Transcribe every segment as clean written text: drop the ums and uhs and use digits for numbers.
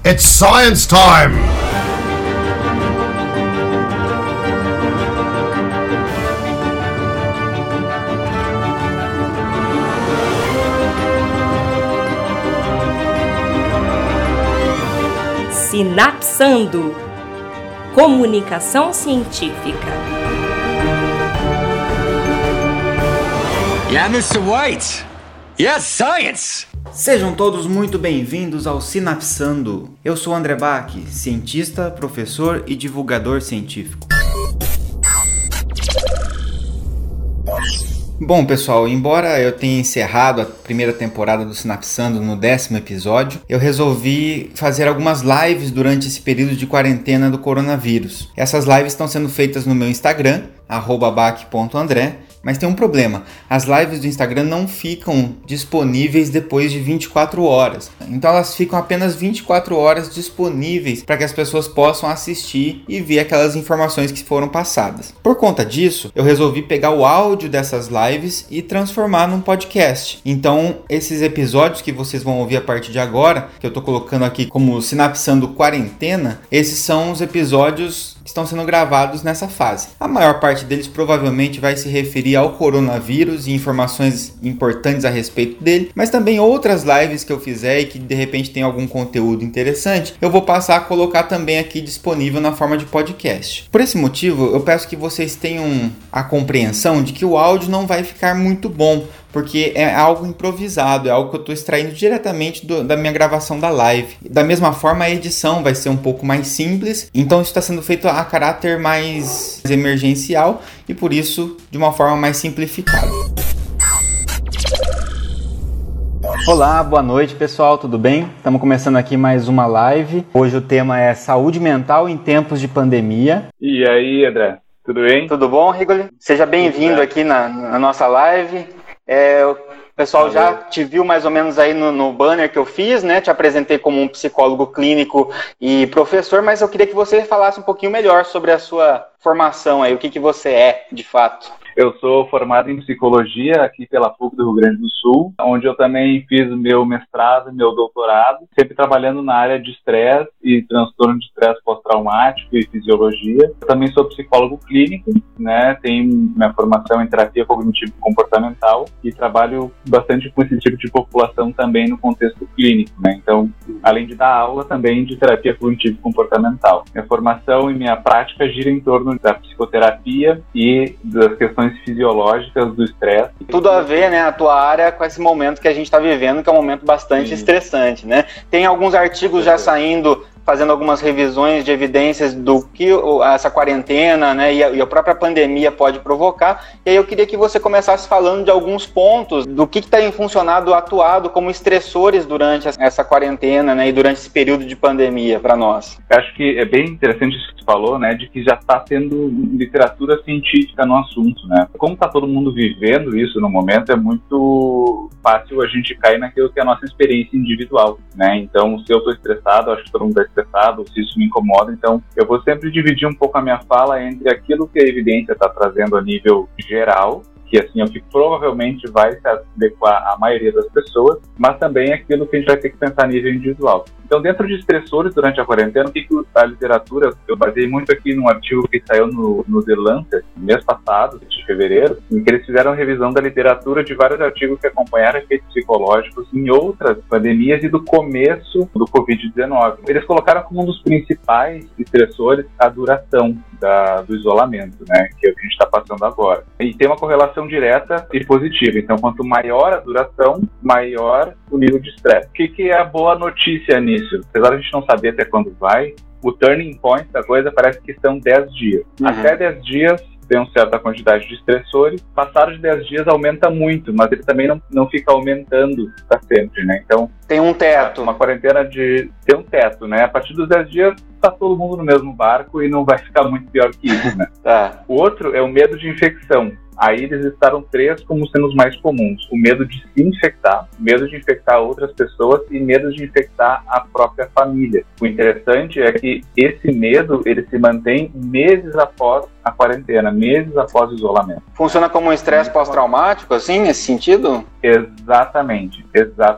It's science time! Sinapsando. Comunicação científica. Yeah, Mr. White! Yes, science! Sejam todos muito bem-vindos ao Sinapsando. Eu sou André Bach, cientista, professor e divulgador científico. Bom, pessoal, embora eu tenha encerrado a primeira temporada do Sinapsando no 10º episódio, eu resolvi fazer algumas lives durante esse período de quarentena do coronavírus. Essas lives estão sendo feitas no meu Instagram, @bach.andré, mas tem um problema, as lives do Instagram não ficam disponíveis depois de 24 horas. Então elas ficam apenas 24 horas disponíveis para que as pessoas possam assistir e ver aquelas informações que foram passadas. Por conta disso, eu resolvi pegar o áudio dessas lives e transformar num podcast. Então esses episódios que vocês vão ouvir a partir de agora, que eu estou colocando aqui como Sinapsando Quarentena, esses são os episódios que estão sendo gravados nessa fase. A maior parte deles provavelmente vai se referir ao coronavírus e informações importantes a respeito dele, mas também outras lives que eu fizer e que de repente tem algum conteúdo interessante, eu vou passar a colocar também aqui disponível na forma de podcast. Por esse motivo, eu peço que vocês tenham a compreensão de que o áudio não vai ficar muito bom, porque é algo improvisado, é algo que eu estou extraindo diretamente da minha gravação da live. Da mesma forma, a edição vai ser um pouco mais simples, então isso está sendo feito a caráter mais emergencial e por isso de uma forma mais simplificada. Olá, boa noite pessoal, tudo bem? Estamos começando aqui mais uma live. Hoje o tema é saúde mental em tempos de pandemia. E aí, André, tudo bem? Tudo bom, Rigoli? Seja bem-vindo aqui na nossa live. O pessoal já te viu mais ou menos aí no banner que eu fiz, né? Te apresentei como um psicólogo clínico e professor, mas eu queria que você falasse um pouquinho melhor sobre a sua formação aí, o que você é de fato. Eu sou formado em psicologia aqui pela PUC do Rio Grande do Sul, onde eu também fiz o meu mestrado e meu doutorado, sempre trabalhando na área de estresse e transtorno de estresse pós-traumático e fisiologia. Eu também sou psicólogo clínico, né? Tenho minha formação em terapia cognitivo-comportamental e trabalho bastante com esse tipo de população também no contexto clínico, né? Então, além de dar aula também de terapia cognitivo-comportamental. Minha formação e minha prática gira em torno da psicoterapia e das questões fisiológicas do estresse. Tudo a ver, né, a tua área com esse momento que a gente está vivendo, que é um momento bastante estressante, né? Tem alguns artigos já saindo, fazendo algumas revisões de evidências do que essa quarentena, né, e a própria pandemia pode provocar. E aí eu queria que você começasse falando de alguns pontos do que tem funcionado, atuado como estressores durante essa quarentena, né, e durante esse período de pandemia para nós. Eu acho que é bem interessante isso que você falou, né, de que já está tendo literatura científica no assunto, né? Como está todo mundo vivendo isso no momento, é muito fácil a gente cair naquilo que é a nossa experiência individual, né? Então, se eu estou estressado, acho que todo mundo está estressado, se isso me incomoda, então eu vou sempre dividir um pouco a minha fala entre aquilo que a evidência está trazendo a nível geral, que assim, o que provavelmente vai se adequar à maioria das pessoas, mas também aquilo que a gente vai ter que pensar a nível individual. Então, dentro de estressores durante a quarentena, o que a literatura, eu baseei muito aqui num artigo que saiu no The Lancet, no mês passado, de fevereiro, em que eles fizeram revisão da literatura de vários artigos que acompanharam efeitos psicológicos em outras pandemias e do começo do Covid-19. Eles colocaram como um dos principais estressores a duração do isolamento, né, que é o que a gente está passando agora. E tem uma correlação direta e positiva. Então, quanto maior a duração, maior o nível de estresse. O que é a boa notícia nisso? Apesar de a gente não saber até quando vai, o turning point da coisa parece que são 10 dias. Até 10 dias tem uma certa quantidade de estressores. Passado de 10 dias aumenta muito, mas ele também não fica aumentando para sempre, né? Então, tem um teto. Uma quarentena tem um teto, né? A partir dos 10 dias, tá todo mundo no mesmo barco e não vai ficar muito pior que isso, né? O outro é o medo de infecção. Aí eles listaram 3 como sendo os mais comuns: o medo de se infectar, medo de infectar outras pessoas e medo de infectar a própria família. O interessante é que esse medo, ele se mantém meses após a quarentena, meses após o isolamento. Funciona como um estresse pós-traumático, assim, nesse sentido? Exatamente,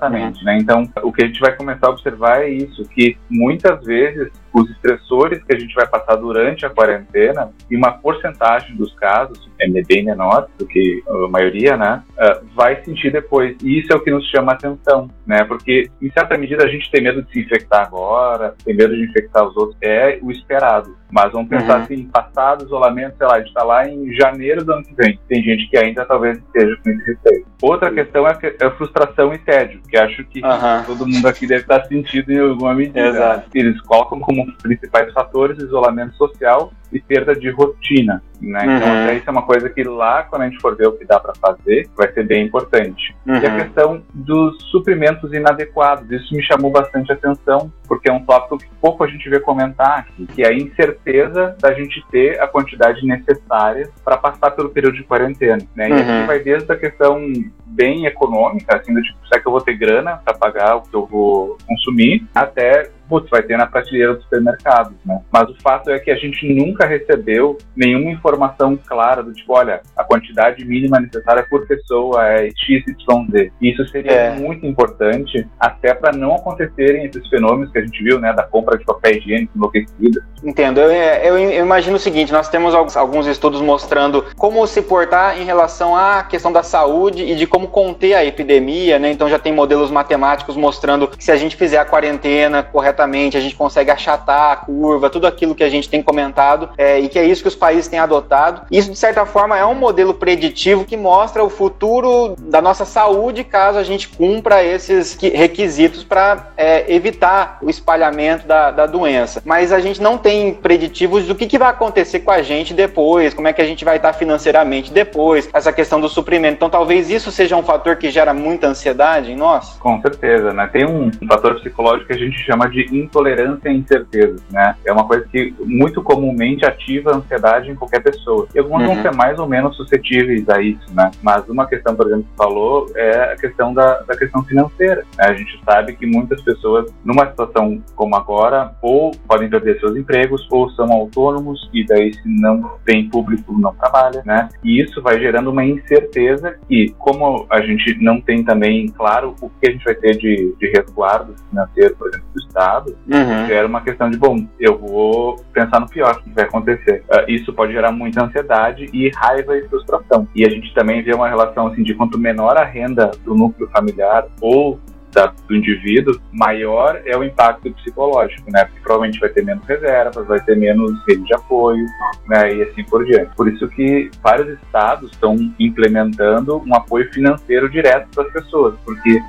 né? Então, o que a gente vai começar a observar é isso, que muitas vezes os estressores que a gente vai passar durante a quarentena, e uma porcentagem dos casos, é bem menor do que a maioria, né, vai sentir depois. E isso é o que nos chama a atenção, né? Porque, em certa medida, a gente tem medo de se infectar agora, tem medo de infectar os outros, é o esperado. Mas vamos pensar assim, passado o isolamento, sei lá, a gente está lá em janeiro do ano que vem. Tem gente que ainda talvez esteja com esse receio. Outra questão é frustração e tédio, que acho que todo mundo aqui deve estar sentindo em alguma medida. Exato. Eles colocam como principais fatores isolamento social e perda de rotina, né? Então até isso é uma coisa que lá, quando a gente for ver o que dá para fazer, vai ser bem importante. E a questão dos suprimentos inadequados, isso me chamou bastante atenção, porque é um tópico que pouco a gente vê comentar aqui, que é a incerteza da gente ter a quantidade necessária para passar pelo período de quarentena, né? E aqui vai desde a questão bem econômica, assim, do tipo, será que eu vou ter grana para pagar o que eu vou consumir, até vai ter na prateleira dos supermercados, né? Mas o fato é que a gente nunca recebeu nenhuma informação clara do tipo, olha, a quantidade mínima necessária por pessoa é XYZ. Isso seria muito importante, até para não acontecerem esses fenômenos que a gente viu, né, da compra de papel higiênico enlouquecida. Entendo. Eu imagino o seguinte, nós temos alguns estudos mostrando como se portar em relação à questão da saúde e de como conter a epidemia, né? Então já tem modelos matemáticos mostrando que se a gente fizer a quarentena corretamente, a gente consegue achatar a curva, tudo aquilo que a gente tem comentado, e que é isso que os países têm adotado. Isso, de certa forma, é um modelo preditivo que mostra o futuro da nossa saúde caso a gente cumpra esses requisitos para evitar o espalhamento da doença. Mas a gente não tem preditivos do que vai acontecer com a gente depois, como é que a gente vai estar financeiramente depois, essa questão do suprimento. Então, talvez isso seja um fator que gera muita ansiedade em nós? Com certeza, né? Tem um fator psicológico que a gente chama de intolerância a incertezas, né? É uma coisa que muito comumente ativa a ansiedade em qualquer pessoa. E algumas vão ser mais ou menos suscetíveis a isso, né? Mas uma questão, por exemplo, que falou é a questão da questão financeira, né? A gente sabe que muitas pessoas, numa situação como agora, ou podem perder seus empregos, ou são autônomos, e daí se não tem público, não trabalha, né? E isso vai gerando uma incerteza e, como a gente não tem também, claro, o que a gente vai ter de resguardo financeiro, por exemplo, do Estado, gera uma questão de, bom, eu vou pensar no pior que vai acontecer. Isso pode gerar muita ansiedade e raiva e frustração. E a gente também vê uma relação assim de quanto menor a renda do núcleo familiar ou do indivíduo, maior é o impacto psicológico, né? Porque provavelmente vai ter menos reservas, vai ter menos rede de apoio, né? E assim por diante. Por isso que vários estados estão implementando um apoio financeiro direto para as pessoas, porque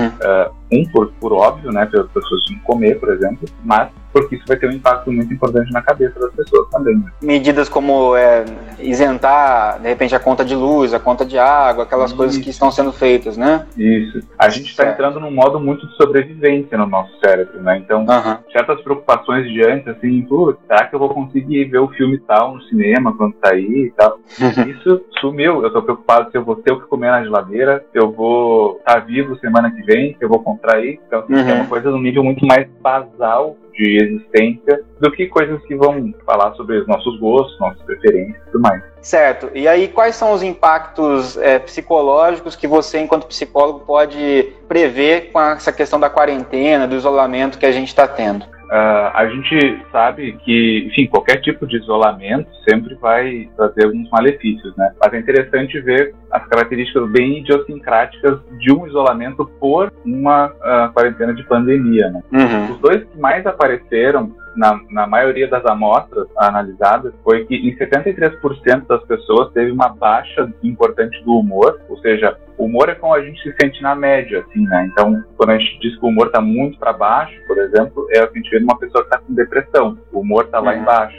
por óbvio, né? Para as pessoas não comer, por exemplo, mas porque isso vai ter um impacto muito importante na cabeça das pessoas também, né? Medidas como isentar, de repente, a conta de luz, a conta de água, aquelas coisas que estão sendo feitas, né? Isso. A gente está entrando num modo muito de sobrevivência no nosso cérebro, né? Então, certas preocupações de antes, assim, será que eu vou conseguir ver o filme tal no cinema quando sair e tal? Isso sumiu. Eu estou preocupado se eu vou ter o que comer na geladeira, se eu vou estar vivo semana que vem, se eu vou contrair. Então, é uma coisa num nível muito mais basal de existência do que coisas que vão falar sobre os nossos gostos, nossas preferências e tudo mais. Certo. E aí, quais são os impactos psicológicos que você, enquanto psicólogo, pode prever com essa questão da quarentena, do isolamento que a gente está tendo? A gente sabe que, enfim, qualquer tipo de isolamento sempre vai trazer alguns malefícios, né? Mas é interessante ver as características bem idiosincráticas de um isolamento por uma quarentena de pandemia, né? Os dois que mais apareceram na maioria das amostras analisadas foi que em 73% das pessoas teve uma baixa importante do humor, ou seja, o humor é como a gente se sente na média, assim, né? Então, quando a gente diz que o humor está muito para baixo, por exemplo, é o que a gente vê numa pessoa que está com depressão, o humor está lá embaixo, né?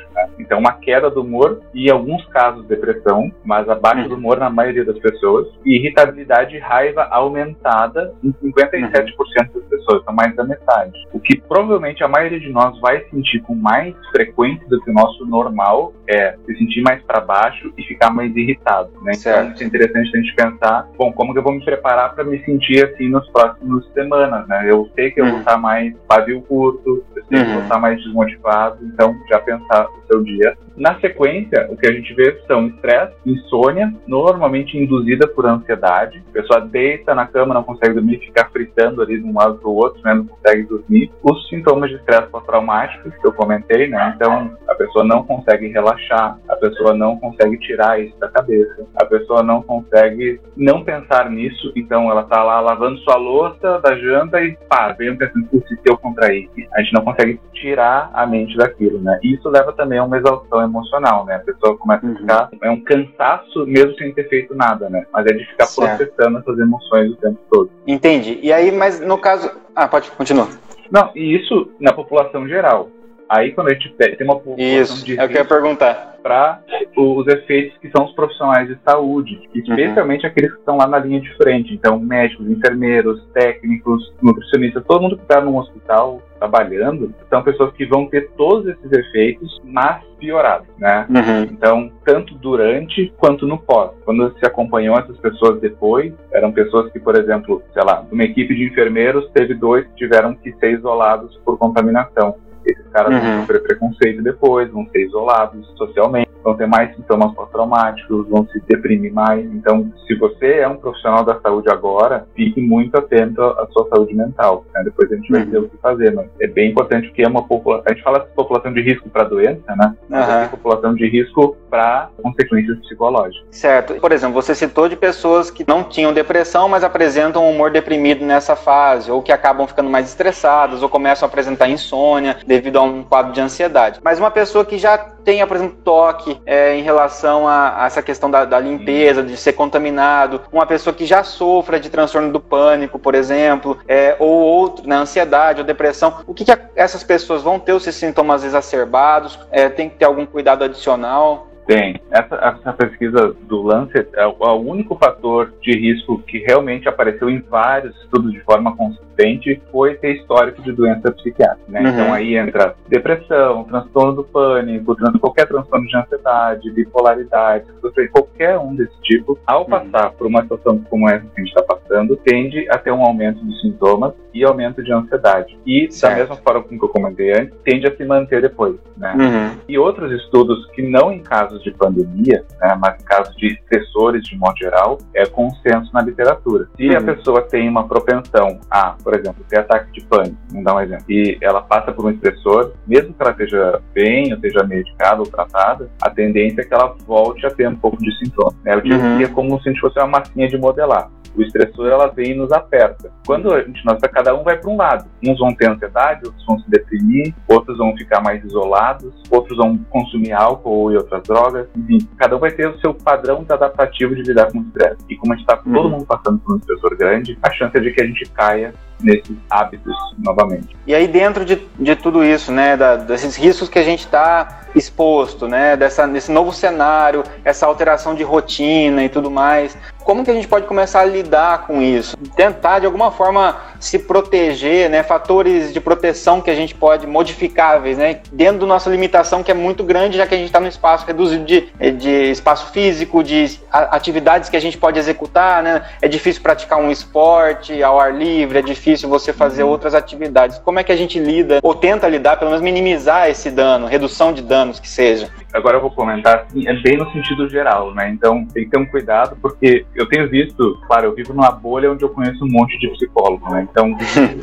Então, uma queda do humor e, em alguns casos, depressão, mas abaixo do humor na maioria das pessoas. E irritabilidade e raiva aumentada em 57% das pessoas, então mais da metade. O que provavelmente a maioria de nós vai sentir com mais frequência do que o nosso normal é se sentir mais para baixo e ficar mais irritado, né? Então, isso é interessante a gente pensar, bom, como que eu vou me preparar para me sentir assim nos próximos semanas, né? Eu sei que eu vou estar mais pavio curto, eu sei que eu vou estar mais desmotivado, então já pensar o seu dia. Na sequência, o que a gente vê são estresse, insônia, normalmente induzida por ansiedade. A pessoa deita na cama, não consegue dormir, fica fritando ali de um lado para o outro, né? Não consegue dormir. Os sintomas de estresse pós-traumático, que eu comentei, né? Então, a pessoa não consegue relaxar, a pessoa não consegue tirar isso da cabeça, a pessoa não consegue não pensar nisso, então ela tá lá lavando sua louça da janta e pá, vem um pensamento, se eu contrair. A gente não consegue tirar a mente daquilo, né? E isso leva também a uma exaustão emocional, né? A pessoa começa a ficar, é um cansaço mesmo sem ter feito nada, né? Mas é de ficar processando essas emoções o tempo todo. Entendi. E aí, mas no caso... pode continuar. Não, e isso na população geral. Aí quando a gente tem uma população de é o que eu ia perguntar. Para os efeitos que são os profissionais de saúde, especialmente aqueles que estão lá na linha de frente. Então, médicos, enfermeiros, técnicos, nutricionistas, todo mundo que está num hospital trabalhando, são pessoas que vão ter todos esses efeitos, mas piorados, né? Então, tanto durante quanto no pós. Quando se acompanhou essas pessoas depois, eram pessoas que, por exemplo, sei lá, uma equipe de enfermeiros teve 2 que tiveram que ser isolados por contaminação. Esses caras vão sofrer preconceito depois, vão ser isolados socialmente, vão ter mais sintomas pós-traumáticos, vão se deprimir mais. Então, se você é um profissional da saúde agora, fique muito atento à sua saúde mental, né? Depois a gente vai ver o que fazer, mas é bem importante porque é uma população... A gente fala de população de risco para doença, né? Mas é população de risco para consequências psicológicas. Certo. Por exemplo, você citou de pessoas que não tinham depressão, mas apresentam um humor deprimido nessa fase, ou que acabam ficando mais estressadas, ou começam a apresentar insônia devido a um quadro de ansiedade. Mas uma pessoa que já tem, por exemplo, toque em relação a essa questão da limpeza, de ser contaminado, uma pessoa que já sofra de transtorno do pânico, por exemplo, ou outro, né, ansiedade ou depressão, o que essas pessoas vão ter esses sintomas exacerbados? Tem que ter algum cuidado adicional? Tem. Essa pesquisa do Lancet é o único fator de risco que realmente apareceu em vários estudos de forma consistente foi ter histórico de doença psiquiátrica, né? Então aí entra depressão, transtorno do pânico, qualquer transtorno de ansiedade, bipolaridade, qualquer um desse tipo, ao passar por uma situação como essa que a gente está passando, tende a ter um aumento de sintomas e aumento de ansiedade. E da mesma forma como que eu comentei antes, tende a se manter depois, né? E outros estudos que não em casos de pandemia, né, mas em casos de estressores de modo geral, é consenso na literatura. Se a pessoa tem uma propensão a, por exemplo, ter ataque de pânico, vamos dar um exemplo, e ela passa por um estressor, mesmo que ela esteja bem, ou esteja medicada ou tratada, a tendência é que ela volte a ter um pouco de sintomas, né? Eu diria que é como se a gente fosse uma massinha de modelar. O estressor, ela vem e nos aperta. Quando a gente nota, cada um vai para um lado. Uns vão ter ansiedade, outros vão se deprimir, outros vão ficar mais isolados, outros vão consumir álcool e outras drogas. Enfim, cada um vai ter o seu padrão adaptativo de lidar com o estresse. E como a gente está todo mundo passando por um estressor grande, a chance é de que a gente caia nesses hábitos novamente. E aí dentro de tudo isso, né, desses riscos que a gente está exposto, né, desse novo cenário, essa alteração de rotina e tudo mais, como que a gente pode começar a lidar com isso? Tentar de alguma forma se proteger, né, fatores de proteção que a gente pode, modificáveis, né, dentro da nossa limitação que é muito grande, já que a gente está no espaço reduzido de espaço físico, de atividades que a gente pode executar, né, é difícil praticar um esporte ao ar livre, é difícil você fazer outras atividades. Como é que a gente lida, ou tenta lidar, pelo menos minimizar esse dano, redução de danos que seja? Agora eu vou comentar, assim, é bem no sentido geral, né? Então tem que ter um cuidado, porque eu tenho visto, claro, eu vivo numa bolha onde eu conheço um monte de psicólogos, né? Então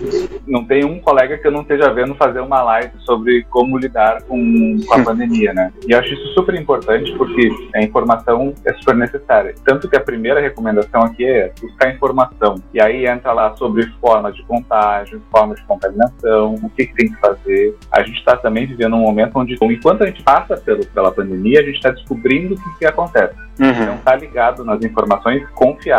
não tem um colega que eu não esteja vendo fazer uma live sobre como lidar com a pandemia, né? E eu acho isso super importante, porque a informação é super necessária. Tanto que a primeira recomendação aqui é buscar informação. E aí entra lá sobre formas de contágio, formas de contaminação, o que tem que fazer. A gente está também vivendo um momento onde, enquanto a gente passa pela pandemia, a gente está descobrindo o que acontece. Então tá ligado nas informações confiáveis.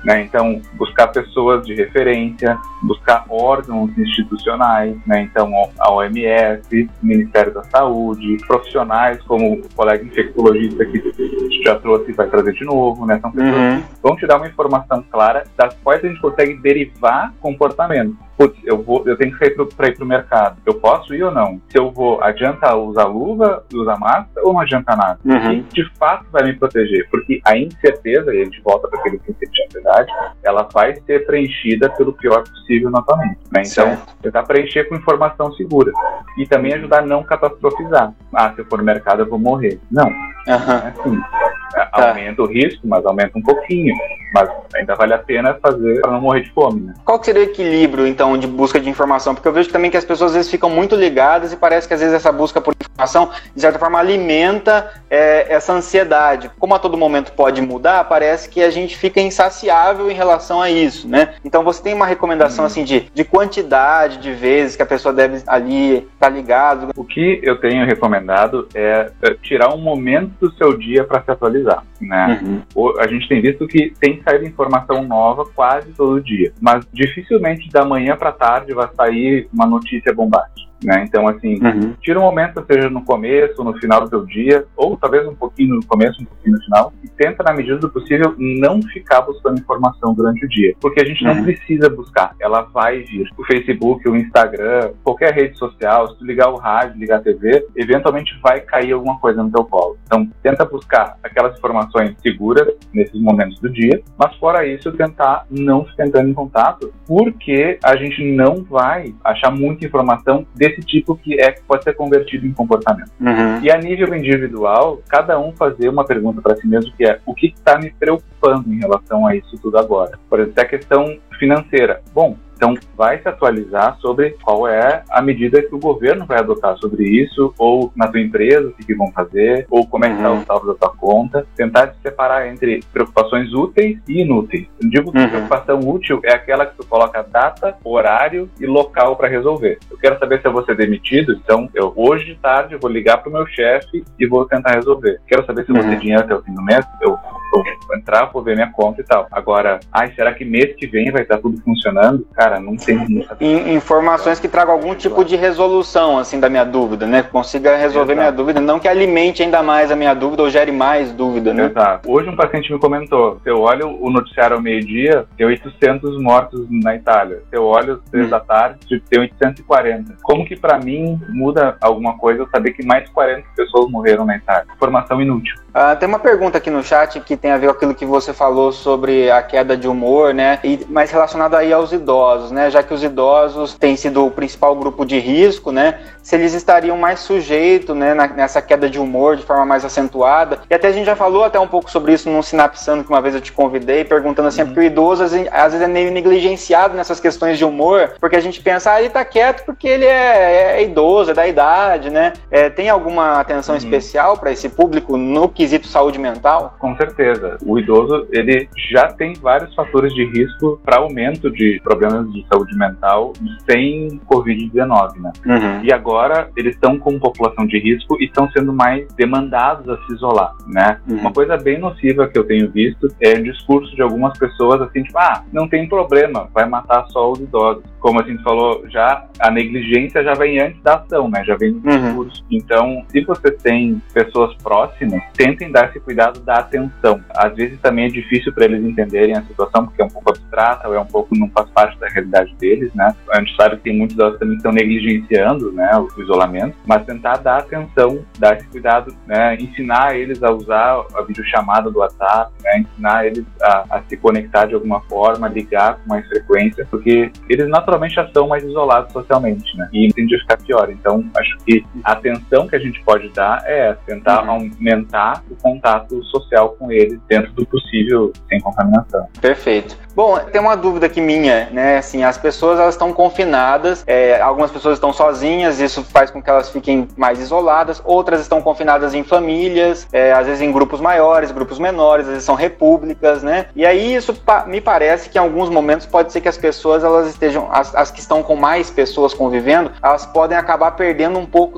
né? Então, buscar pessoas de referência, buscar órgãos institucionais, né? Então, a OMS, o Ministério da Saúde, profissionais como o colega infectologista que já trouxe e vai trazer de novo, né? São pessoas que vão te dar uma informação clara das quais a gente consegue derivar comportamento. Putz, eu tenho que sair para ir pro mercado. Eu posso ir ou não? Se eu vou, adianta usar luva, usar máscara ou não adianta nada? E de fato vai me proteger, porque a incerteza, e a gente volta para aquele princípio de ansiedade, ela vai ser preenchida pelo pior possível novamente, né? Então, tentar preencher com informação segura. E também ajudar a não catastrofizar. Se eu for no mercado eu vou morrer. Não. É assim. Aumenta o risco, mas aumenta um pouquinho. Mas ainda vale a pena fazer para não morrer de fome, né? Qual que seria o equilíbrio, então, de busca de informação? Porque eu vejo também que as pessoas às vezes ficam muito ligadas e parece que às vezes essa busca por informação, de certa forma, alimenta essa ansiedade. Como a todo momento pode mudar, parece que a gente fica insaciável em relação a isso, né? Então você tem uma recomendação assim de quantidade de vezes que a pessoa deve ali estar ligado? O que eu tenho recomendado é tirar um momento do seu dia para se atualizar, né? A gente tem visto que tem saído informação nova quase todo dia, mas dificilmente da manhã para tarde vai sair uma notícia bombástica, né? Então, assim, tira um momento, seja no começo, no final do seu dia, ou talvez um pouquinho no começo, um pouquinho no final, e tenta, na medida do possível, não ficar buscando informação durante o dia, porque a gente não precisa buscar, ela vai vir. O Facebook, o Instagram, qualquer rede social, se tu ligar o rádio, ligar a TV, eventualmente vai cair alguma coisa no teu colo. Então, tenta buscar aquelas informações seguras nesses momentos do dia, mas fora isso, tentar não ficar entrando em contato, porque a gente não vai achar muita informação desse tipo que pode ser convertido em comportamento. E a nível individual, cada um fazer uma pergunta para si mesmo, que é: o que está me preocupando em relação a isso tudo agora? Por exemplo, a questão financeira. Bom, então vai se atualizar sobre qual é a medida que o governo vai adotar sobre isso, ou na tua empresa, o que vão fazer, ou como é que está o saldo da tua conta. Tentar se separar entre preocupações úteis e inúteis. Eu digo que preocupação útil é aquela que tu coloca data, horário e local para resolver. Eu quero saber se eu vou ser demitido, então hoje de tarde eu vou ligar pro meu chefe e vou tentar resolver. Quero saber se eu vou ter dinheiro até o fim do mês, eu vou entrar, vou ver minha conta e tal. Agora, será que mês que vem vai estar tudo funcionando? Cara, não tem muita... Informações que tragam algum tipo de resolução, assim, da minha dúvida, né? Que consiga resolver minha dúvida, não que alimente ainda mais a minha dúvida ou gere mais dúvida, né? Exato. Hoje um paciente me comentou: se eu olho o noticiário ao meio-dia, tem 800 mortos na Itália. Se eu olho às 3 da tarde, tem 840. Como que pra mim muda alguma coisa eu saber que mais 40 pessoas morreram na Itália? Informação inútil. Tem uma pergunta aqui no chat que tem a ver com aquilo que você falou sobre a queda de humor, né? E mais relacionado aí aos idosos, né? Já que os idosos têm sido o principal grupo de risco, né? Se eles estariam mais sujeitos, né, nessa queda de humor de forma mais acentuada. E até a gente já falou até um pouco sobre isso num Sinapsando, que uma vez eu te convidei, perguntando assim, porque o idoso às vezes é meio negligenciado nessas questões de humor, porque a gente pensa, ele tá quieto porque ele é idoso, é da idade, né? Tem alguma atenção especial para esse público no quesito saúde mental? Com certeza. O idoso, ele já tem vários fatores de risco para aumento de problemas de saúde mental sem Covid-19, né? E agora eles estão com população de risco e estão sendo mais demandados a se isolar, né? Uma coisa bem nociva que eu tenho visto é o discurso de algumas pessoas assim, tipo, não tem problema, vai matar só os idosos. Como a gente falou, já a negligência já vem antes da ação, né? Já vem no discurso. Então, se você tem pessoas próximas, tentem dar esse cuidado da atenção. Às vezes também é difícil para eles entenderem a situação, porque é um pouco abstrata, ou é um pouco, não faz parte da realidade deles, né? A gente sabe que tem muitos delas também que estão negligenciando, né, o isolamento, mas tentar dar atenção, dar esse cuidado, né? Ensinar eles a usar a videochamada do WhatsApp, né? Ensinar eles a se conectar de alguma forma, ligar com mais frequência, porque eles naturalmente já são mais isolados socialmente, né? E tende a ficar pior. Então, acho que a atenção que a gente pode dar é tentar aumentar o contato social com eles dentro do possível, sem contaminação. Perfeito. Bom, tem uma dúvida aqui minha, né? Assim, as pessoas, elas estão confinadas, algumas pessoas estão sozinhas, isso faz com que elas fiquem mais isoladas, outras estão confinadas em famílias, às vezes em grupos maiores, grupos menores, às vezes são repúblicas, né? E aí isso me parece que em alguns momentos pode ser que as pessoas, elas estejam, as que estão com mais pessoas convivendo, elas podem acabar perdendo um pouco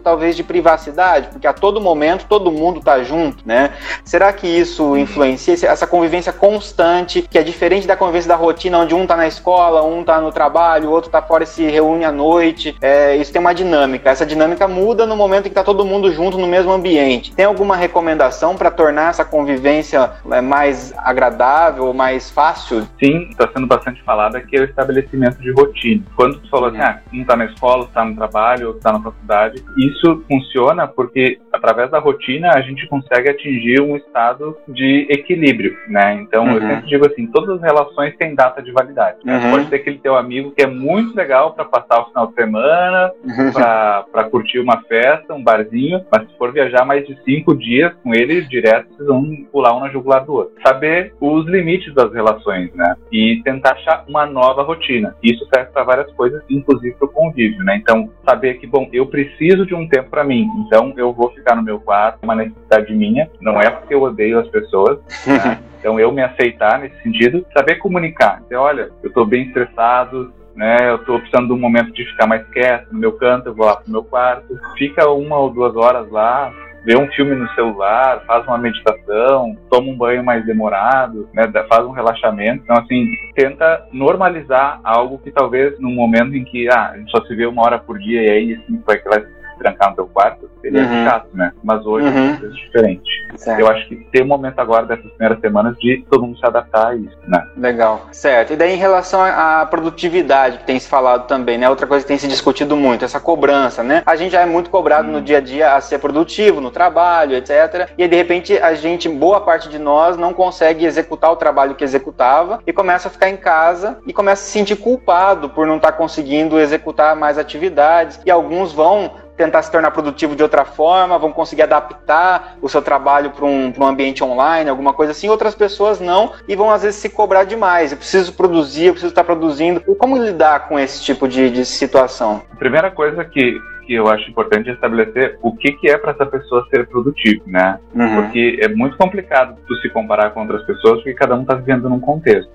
talvez de privacidade, porque a todo momento todo mundo está junto, né? Será que isso influencia essa convivência constante, que é diferente da convivência da rotina, onde um está na escola, um está no trabalho, o outro está fora e se reúne à noite? Isso tem uma dinâmica. Essa dinâmica muda no momento em que está todo mundo junto no mesmo ambiente. Tem alguma recomendação para tornar essa convivência mais agradável, mais fácil? Sim, está sendo bastante falada que é o estabelecimento de rotina. Quando tu falou assim, um está na escola, está no trabalho, outro está na faculdade, isso funciona porque através da rotina a gente consegue atingir um estado de equilíbrio, né? Então eu sempre digo assim, todas as relações têm data de validade, né? Pode ter aquele teu amigo que é muito legal para passar o final de semana, para curtir uma festa, um barzinho, mas se for viajar mais de 5 dias com ele direto, vocês vão pular um na jugular do outro. Saber os limites das relações, né? E tentar achar uma nova rotina. Isso serve para várias coisas, inclusive para o convívio, né? Então, saber que, bom, eu preciso de um tempo para mim, então eu vou ficar no meu quarto, uma necessidade minha, não é porque eu odeio as pessoas, né? Então, eu me aceitar nesse sentido, saber comunicar. Então, olha, eu estou bem estressado, né? Eu estou precisando de um momento de ficar mais quieto no meu canto, eu vou lá pro meu quarto, fica 1 ou 2 horas lá, vê um filme no celular, faz uma meditação, toma um banho mais demorado, né? Faz um relaxamento. Então, assim, tenta normalizar algo que talvez num momento em que a gente só se vê 1 hora por dia e aí assim, vai trancar no teu quarto, seria chato, né? Mas hoje é uma coisa diferente. Certo. Eu acho que tem um momento agora, dessas primeiras semanas, de todo mundo se adaptar a isso, né? Legal. Certo. E daí, em relação à produtividade, que tem se falado também, né? Outra coisa que tem se discutido muito, essa cobrança, né? A gente já é muito cobrado no dia a dia a ser produtivo, no trabalho, etc. E aí, de repente, boa parte de nós não consegue executar o trabalho que executava e começa a ficar em casa e começa a se sentir culpado por não estar conseguindo executar mais atividades. E alguns vão tentar se tornar produtivo de outra forma, vão conseguir adaptar o seu trabalho para um ambiente online, alguma coisa assim. Outras pessoas não, e vão às vezes se cobrar demais. Eu preciso produzir, eu preciso estar produzindo. Como lidar com esse tipo de situação? A primeira coisa que eu acho importante estabelecer o que é para essa pessoa ser produtivo, né? Porque é muito complicado tu se comparar com outras pessoas, porque cada um está vivendo num contexto.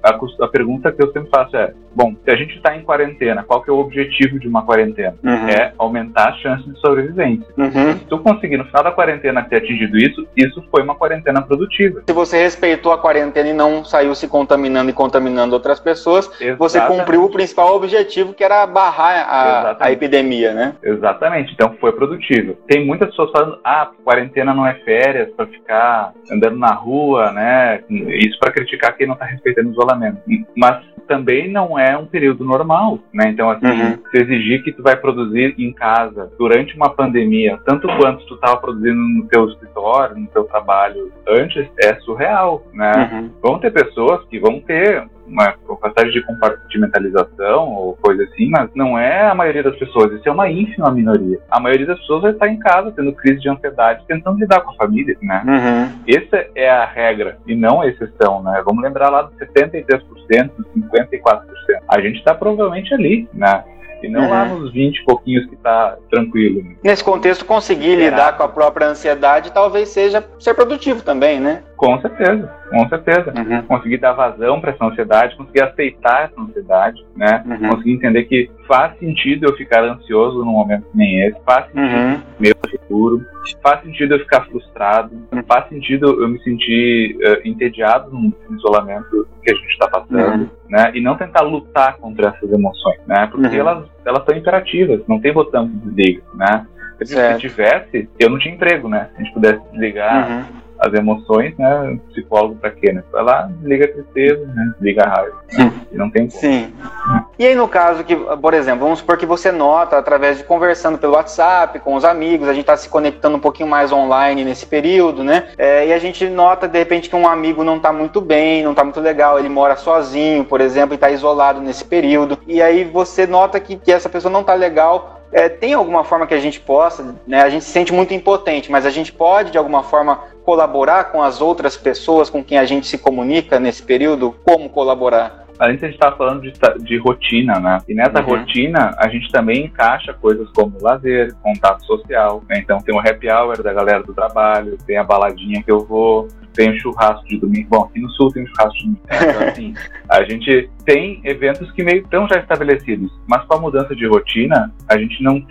A pergunta que eu sempre faço é, bom, se a gente está em quarentena, qual que é o objetivo de uma quarentena? É aumentar a chance de sobrevivência. Se tu conseguir no final da quarentena ter atingido isso foi uma quarentena produtiva. Se você respeitou a quarentena e não saiu se contaminando e contaminando outras pessoas, você cumpriu o principal objetivo, que era barrar a epidemia, né? Exatamente, então foi produtivo. Tem muitas pessoas falando, quarentena não é férias para ficar andando na rua, né? Isso para criticar quem não está respeitando o isolamento. Mas também não é um período normal, né? Então, assim, se exigir que tu vai produzir em casa durante uma pandemia, tanto quanto tu estava produzindo no teu escritório, no teu trabalho antes, é surreal, né? Vão ter pessoas que vão ter uma capacidade de compartimentalização ou coisa assim, mas não é a maioria das pessoas, isso é uma ínfima minoria. A maioria das pessoas vai estar em casa tendo crise de ansiedade, tentando lidar com a família, né? Essa é a regra e não a exceção, né? Vamos lembrar lá dos 73%, dos 54%. A gente está provavelmente ali, né? E não lá nos 20 e pouquinhos que tá tranquilo. Nesse contexto, conseguir lidar com a própria ansiedade talvez seja ser produtivo também, né? Com certeza, com certeza. Conseguir dar vazão para essa ansiedade, conseguir aceitar essa ansiedade, né? Conseguir entender que faz sentido eu ficar ansioso num momento que nem esse, faz sentido meu futuro, faz sentido eu ficar frustrado, faz sentido eu me sentir entediado no isolamento que a gente está passando, né? E não tentar lutar contra essas emoções, né? Porque elas são imperativas, não tem botão que desliga, né? Se tivesse, eu não tinha emprego, né? Se a gente pudesse desligar as emoções, né? Psicólogo pra quê, né? Vai lá, desliga a tristeza, né? Desliga a raiva. Né? E não tem como. Sim. E aí, no caso que, por exemplo, vamos supor que você nota através de conversando pelo WhatsApp com os amigos, a gente tá se conectando um pouquinho mais online nesse período, né? E a gente nota, de repente, que um amigo não tá muito bem, não tá muito legal, ele mora sozinho, por exemplo, e tá isolado nesse período. E aí você nota que essa pessoa não tá legal. Tem alguma forma que a gente possa, né? A gente se sente muito impotente, mas a gente pode, de alguma forma, colaborar com as outras pessoas com quem a gente se comunica nesse período? Como colaborar? Antes a gente estava falando de rotina, né? E nessa rotina a gente também encaixa coisas como lazer, contato social, né? Então tem o happy hour da galera do trabalho, tem a baladinha que eu vou, tem o churrasco de domingo. Bom, aqui no sul tem o churrasco de domingo. Então, assim, a gente tem eventos que meio estão já estabelecidos, mas com a mudança de rotina, a gente não tem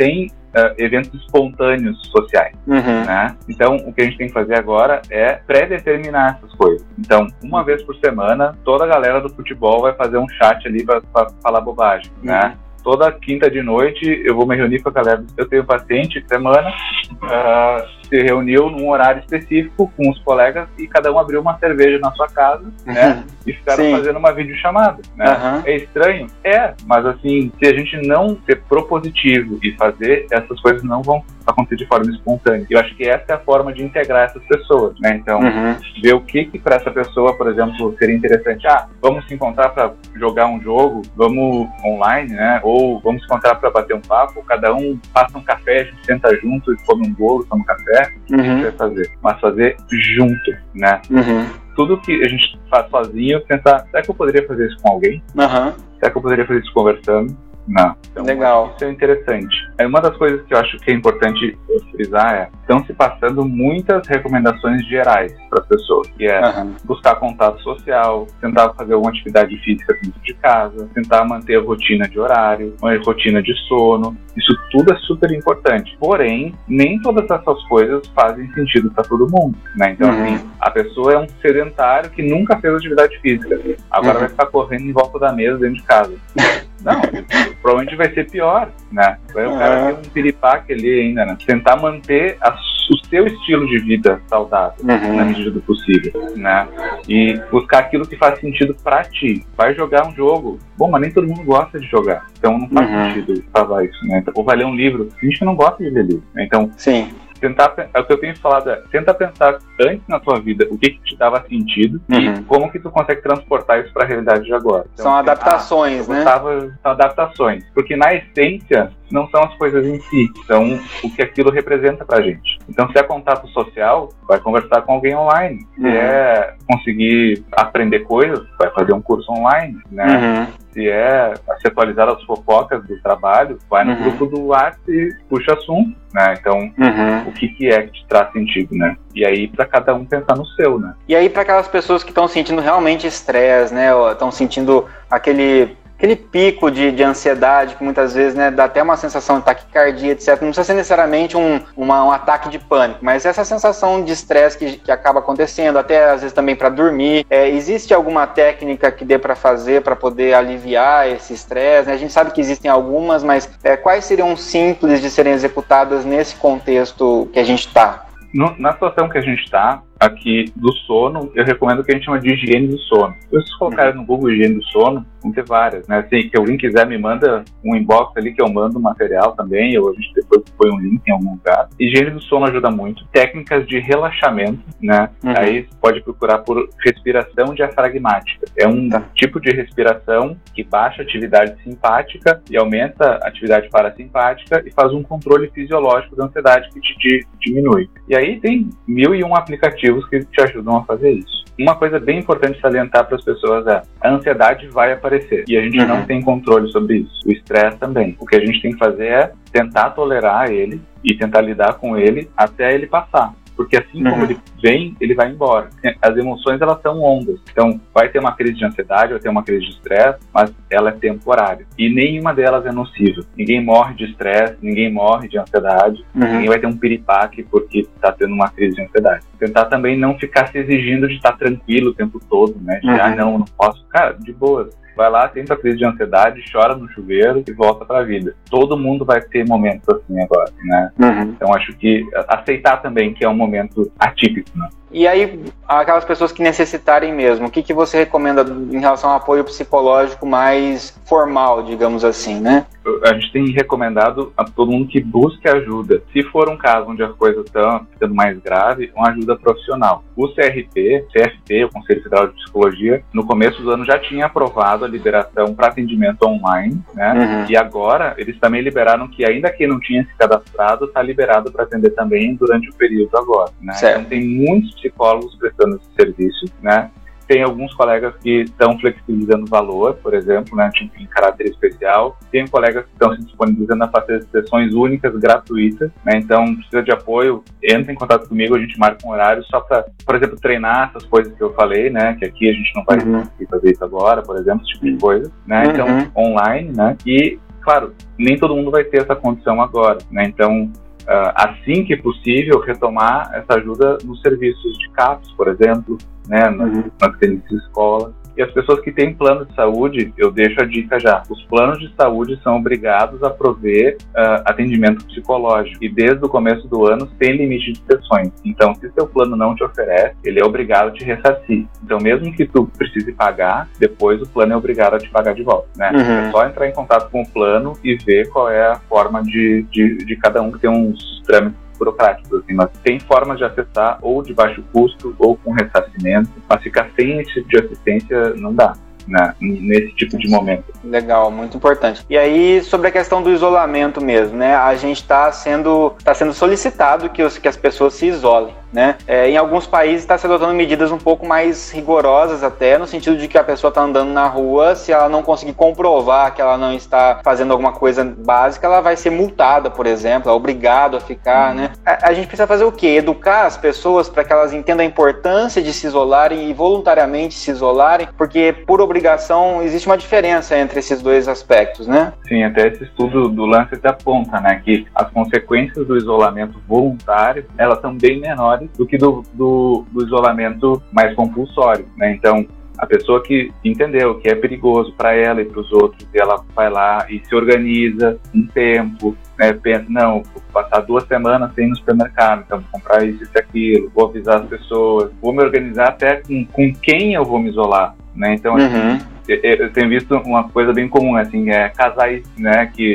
eventos espontâneos sociais, né? Então, o que a gente tem que fazer agora é pré-determinar essas coisas. Então, uma vez por semana, toda a galera do futebol vai fazer um chat ali para falar bobagem, né? Toda quinta de noite eu vou me reunir com a galera. Eu tenho paciente semana, se reuniu num horário específico com os colegas e cada um abriu uma cerveja na sua casa, né? E ficaram fazendo uma videochamada, né? É estranho? É, mas assim, se a gente não ser propositivo e fazer, essas coisas não vão acontecer de forma espontânea. Eu acho que essa é a forma de integrar essas pessoas, né? Então, ver o que para essa pessoa, por exemplo, seria interessante. Vamos se encontrar para jogar um jogo, vamos online, né? Ou vamos se encontrar para bater um papo, cada um passa um café, a gente senta junto e come um bolo, toma um café. O que a gente vai fazer? Mas fazer junto, né? Tudo que a gente faz sozinho, pensar, será que eu poderia fazer isso com alguém? Será que eu poderia fazer isso conversando? Não. Então, legal. Isso é interessante. Uma das coisas que eu acho que é importante frisar estão se passando muitas recomendações gerais para as pessoas, que é buscar contato social, tentar fazer alguma atividade física dentro de casa, tentar manter a rotina de horário, uma rotina de sono. Isso tudo é super importante. Porém, nem todas essas coisas fazem sentido para todo mundo, né? Então, assim, a pessoa é um sedentário que nunca fez atividade física. Agora vai ficar correndo em volta da mesa dentro de casa. Não, provavelmente vai ser pior, né? Vai o cara ter um piripaque ali ainda, né? Tentar manter o seu estilo de vida saudável, na medida do possível, né? E buscar aquilo que faz sentido pra ti. Vai jogar um jogo. Bom, mas nem todo mundo gosta de jogar. Então não faz sentido falar isso, né? Ou vai ler um livro. A gente não gosta de ler livro, né? Então, o que eu tenho falado tenta pensar antes na tua vida o que te dava sentido e como que tu consegue transportar isso para a realidade de agora. Então, são adaptações, né? São adaptações, porque na essência não são as coisas em si, são o que aquilo representa pra gente. Então, se é contato social, vai conversar com alguém online. Se é conseguir aprender coisas, vai fazer um curso online, né? Se é se atualizar as fofocas do trabalho, vai no grupo do WhatsApp e puxa assunto, né? Então, o que é que te traz sentido, né? E aí, para cada um pensar no seu, né? E aí, para aquelas pessoas que estão sentindo realmente estresse, né? Estão sentindo aquele pico de ansiedade que muitas vezes, né, dá até uma sensação de taquicardia, etc. Não precisa ser necessariamente um ataque de pânico, mas essa sensação de estresse que acaba acontecendo, até às vezes também para dormir. Existe alguma técnica que dê para fazer para poder aliviar esse estresse? Né? A gente sabe que existem algumas, mas quais seriam simples de serem executadas nesse contexto que a gente está? Na situação que a gente está, aqui do sono, eu recomendo o que a gente chama de higiene do sono. Se vocês colocarem no Google higiene do sono, vão ter várias, né? Se alguém quiser, me manda um inbox ali que eu mando o material também, ou a gente depois põe um link em algum lugar. Higiene do sono ajuda muito. Técnicas de relaxamento, né? Aí pode procurar por respiração diafragmática. É um tipo de respiração que baixa a atividade simpática e aumenta a atividade parasimpática e faz um controle fisiológico da ansiedade que te diminui. E aí tem 1001 aplicativos que te ajudam a fazer isso. Uma coisa bem importante salientar para as pessoas é: a ansiedade vai aparecer e a gente não tem controle sobre isso. O estresse também. O que a gente tem que fazer é tentar tolerar ele e tentar lidar com ele até ele passar. Porque assim como ele vem, ele vai embora. As emoções, elas são ondas. Então, vai ter uma crise de ansiedade, vai ter uma crise de estresse, mas ela é temporária. E nenhuma delas é nociva. Ninguém morre de estresse, ninguém morre de ansiedade, ninguém vai ter um piripaque porque está tendo uma crise de ansiedade. Tentar também não ficar se exigindo de estar tranquilo o tempo todo, né? De, não posso. Cara, de boas. Vai lá, tenta a crise de ansiedade, chora no chuveiro e volta pra vida. Todo mundo vai ter momentos assim agora, né? Então acho que aceitar também que é um momento atípico, né? E aí, aquelas pessoas que necessitarem mesmo, o que você recomenda em relação ao apoio psicológico mais formal, digamos assim, né? A gente tem recomendado a todo mundo que busque ajuda. Se for um caso onde as coisas estão ficando mais graves, uma ajuda profissional. O CFP, o Conselho Federal de Psicologia, no começo do ano já tinha aprovado a liberação para atendimento online, né? E agora eles também liberaram que ainda quem não tinha se cadastrado está liberado para atender também durante o período agora, né? Então tem muitos psicólogos prestando esse serviço, né? Tem alguns colegas que estão flexibilizando o valor, por exemplo, né, em caráter especial. Tem colegas que estão se disponibilizando a fazer sessões únicas, gratuitas, né? Então, precisa de apoio, entra em contato comigo, a gente marca um horário só para, por exemplo, treinar essas coisas que eu falei, né? Que aqui a gente não vai conseguir fazer isso agora, por exemplo, esse tipo de coisa, né? Então, online, né? E claro, nem todo mundo vai ter essa condição agora, né? Então, assim que possível, retomar essa ajuda nos serviços de CAPS, por exemplo, né, nas clínicas de escola. E as pessoas que têm plano de saúde, eu deixo a dica já, os planos de saúde são obrigados a prover atendimento psicológico, e desde o começo do ano tem limite de sessões. Então, se seu plano não te oferece, ele é obrigado a te ressarcir. Então, mesmo que tu precise pagar, depois o plano é obrigado a te pagar de volta, né? É só entrar em contato com o plano e ver qual é a forma de cada um, que tem uns trâmites burocráticos, assim, mas tem formas de acessar ou de baixo custo ou com ressarcimento, mas ficar sem esse tipo de assistência não dá, né, nesse tipo de momento. Legal, muito importante. E aí, sobre a questão do isolamento mesmo, né, a gente está sendo solicitado que as pessoas se isolem, né? Em alguns países está se adotando medidas um pouco mais rigorosas até, no sentido de que a pessoa está andando na rua, se ela não conseguir comprovar que ela não está fazendo alguma coisa básica, ela vai ser multada, por exemplo, é obrigado a ficar, né? A gente precisa fazer o quê? Educar as pessoas para que elas entendam a importância de se isolarem e voluntariamente se isolarem, porque por obrigação existe uma diferença entre esses dois aspectos, né? Sim, até esse estudo do Lancet aponta, né, que as consequências do isolamento voluntário, elas são bem menores do que do isolamento mais compulsório, né? Então, a pessoa que entendeu que é perigoso para ela e para os outros, ela vai lá e se organiza um tempo, né? Pensa, não, vou passar 2 semanas sem ir no supermercado, então vou comprar isso e aquilo, vou avisar as pessoas, vou me organizar até com quem eu vou me isolar, né? Então, assim, eu tenho visto uma coisa bem comum, assim, casais, né, que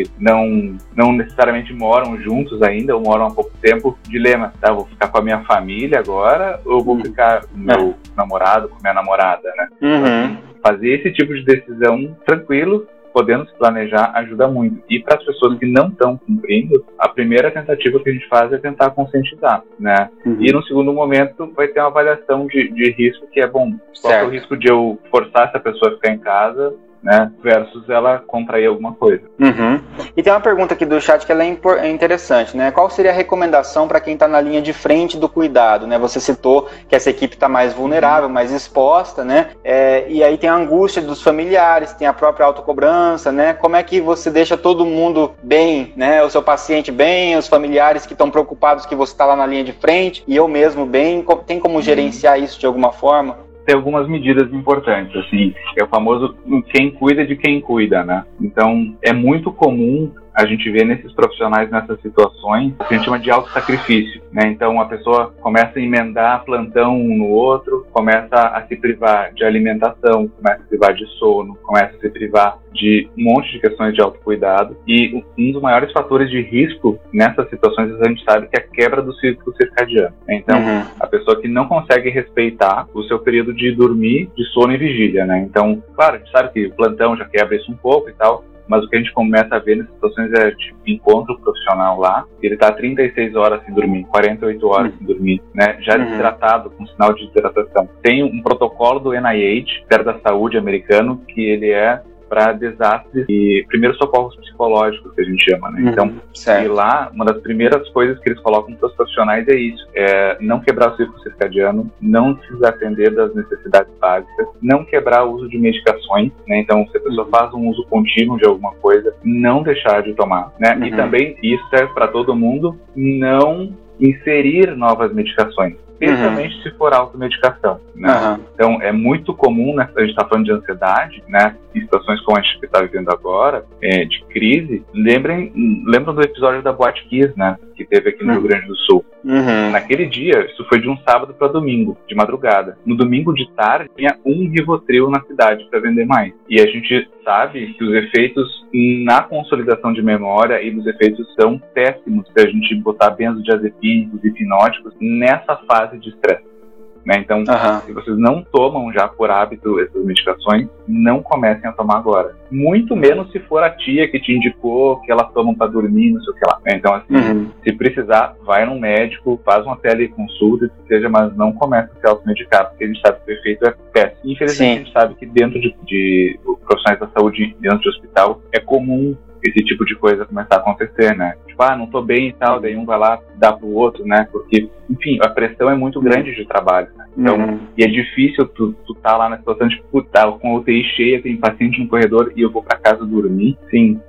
não necessariamente moram juntos ainda, ou moram há pouco tempo, dilema, tá, vou ficar com a minha família agora, ou vou ficar com o meu namorado, com a minha namorada, né? Então, fazer esse tipo de decisão tranquilo, podendo se planejar, ajuda muito. E para as pessoas que não estão cumprindo, a primeira tentativa que a gente faz é tentar conscientizar, né? E no segundo momento vai ter uma avaliação de risco, que é bom. Qual é o risco de eu forçar essa pessoa a ficar em casa, né, versus ela contrair alguma coisa. E tem uma pergunta aqui do chat que ela é interessante, né? Qual seria a recomendação para quem está na linha de frente do cuidado, né? Você citou que essa equipe está mais vulnerável, mais exposta, né? E aí tem a angústia dos familiares, tem a própria autocobrança, né? Como é que você deixa todo mundo bem, né? O seu paciente bem, os familiares que estão preocupados que você está lá na linha de frente, e eu mesmo bem, tem como gerenciar isso de alguma forma? Tem algumas medidas importantes, assim, é o famoso quem cuida de quem cuida, né? Então, é muito comum a gente vê nesses profissionais, nessas situações, o que a gente chama de auto-sacrifício, né? Então, a pessoa começa a emendar plantão um no outro, começa a se privar de alimentação, começa a se privar de sono, começa a se privar de um monte de questões de autocuidado. E um dos maiores fatores de risco nessas situações, a gente sabe que é a quebra do ciclo circadiano. Então, a pessoa que não consegue respeitar o seu período de dormir, de sono e vigília, né? Então, claro, a gente sabe que o plantão já quebra isso um pouco e tal, mas o que a gente começa a ver nessas situações é, tipo, encontro profissional lá, ele tá 36 horas sem dormir, 48 horas sem dormir, né, já desidratado, com sinal de desidratação. Tem um protocolo do NIH, Ministério da Saúde americano, que ele é para desastres e primeiros socorros psicológicos, que a gente chama, né? Então, e lá, uma das primeiras coisas que eles colocam para os profissionais é isso, não quebrar o ciclo circadiano, não se desatender das necessidades básicas, não quebrar o uso de medicações, né? Então, se a pessoa faz um uso contínuo de alguma coisa, não deixar de tomar, né? E também, isso serve para todo mundo, não inserir novas medicações, especialmente se for automedicação, né? Então, é muito comum, né, a gente está falando de ansiedade, né, em situações como a gente está vivendo agora, de crise. Lembram do episódio da Boate Kiss, né, que teve aqui no Rio Grande do Sul. Naquele dia, isso foi de um sábado para domingo, de madrugada. No domingo de tarde, tinha um Rivotril na cidade para vender mais. E a gente sabe que os efeitos na consolidação de memória e os efeitos são péssimos se a gente botar benzodiazepínicos e hipnóticos nessa fase de estresse, né? Então, se vocês não tomam já por hábito essas medicações, não comecem a tomar agora. Muito menos se for a tia que te indicou que elas tomam para dormir, não sei o que lá. Então, assim, se precisar, vai num médico, faz uma teleconsulta, seja, mas não comece a se automedicar, porque a gente sabe que o efeito é péssimo. Infelizmente, a gente sabe que dentro de profissionais da saúde, dentro de hospital, é comum esse tipo de coisa começar a acontecer, né? Tipo, não tô bem e tal, daí um vai lá, dá pro outro, né? Porque, enfim, a pressão é muito grande de trabalho, né? Então, e é difícil tu tá lá na situação de, tá com a UTI cheia, tem paciente no corredor e eu vou pra casa dormir. Sim,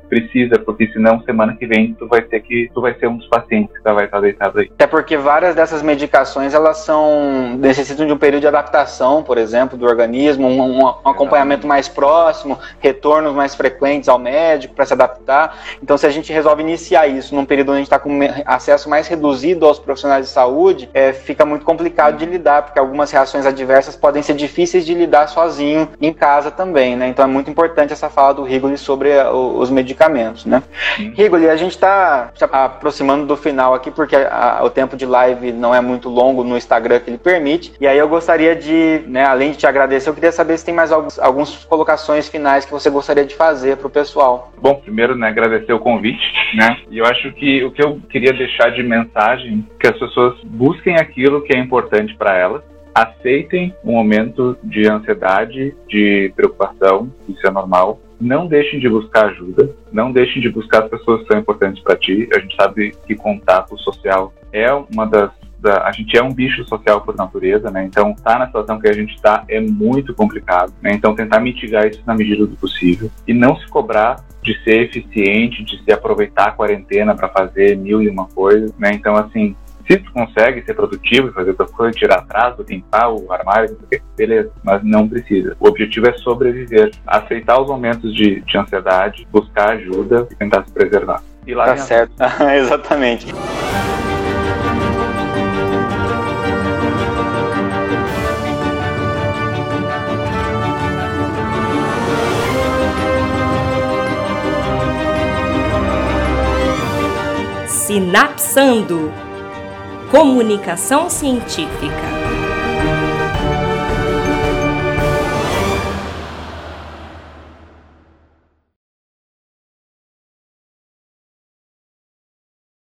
precisa, porque senão semana que vem tu vai ser um dos pacientes que vai estar deitado aí. Até porque várias dessas medicações, elas necessitam de um período de adaptação, por exemplo, do organismo, um acompanhamento mais próximo, retornos mais frequentes ao médico para se adaptar. Então, se a gente resolve iniciar isso num período onde a gente está com acesso mais reduzido aos profissionais de saúde, fica muito complicado de lidar, porque algumas reações adversas podem ser difíceis de lidar sozinho em casa também, né? Então é muito importante essa fala do Rigoli sobre os medicamentos, né? Rigoli, a gente está se aproximando do final aqui, porque o tempo de live não é muito longo no Instagram que ele permite, e aí eu gostaria de, né, além de te agradecer, eu queria saber se tem mais algumas colocações finais que você gostaria de fazer para o pessoal. Bom, primeiro, né, agradecer o convite, né? E eu acho que o que eu queria deixar de mensagem é que as pessoas busquem aquilo que é importante para elas, aceitem um momento de ansiedade, de preocupação, isso é normal. Não deixem de buscar ajuda, não deixem de buscar as pessoas que são importantes para ti. A gente sabe que contato social é a gente é um bicho social por natureza, né? Então, estar na situação que a gente está é muito complicado, né? Então, tentar mitigar isso na medida do possível e não se cobrar de ser eficiente, de se aproveitar a quarentena para fazer 1001 coisas, né? Então, assim, se tu consegue ser produtivo e fazer outra coisa, tirar atraso, limpar o armário, não sei o quê, beleza, mas não precisa. O objetivo é sobreviver, aceitar os momentos de ansiedade, buscar ajuda e tentar se preservar. E lá tá certo, exatamente. Sinapsando. Comunicação científica.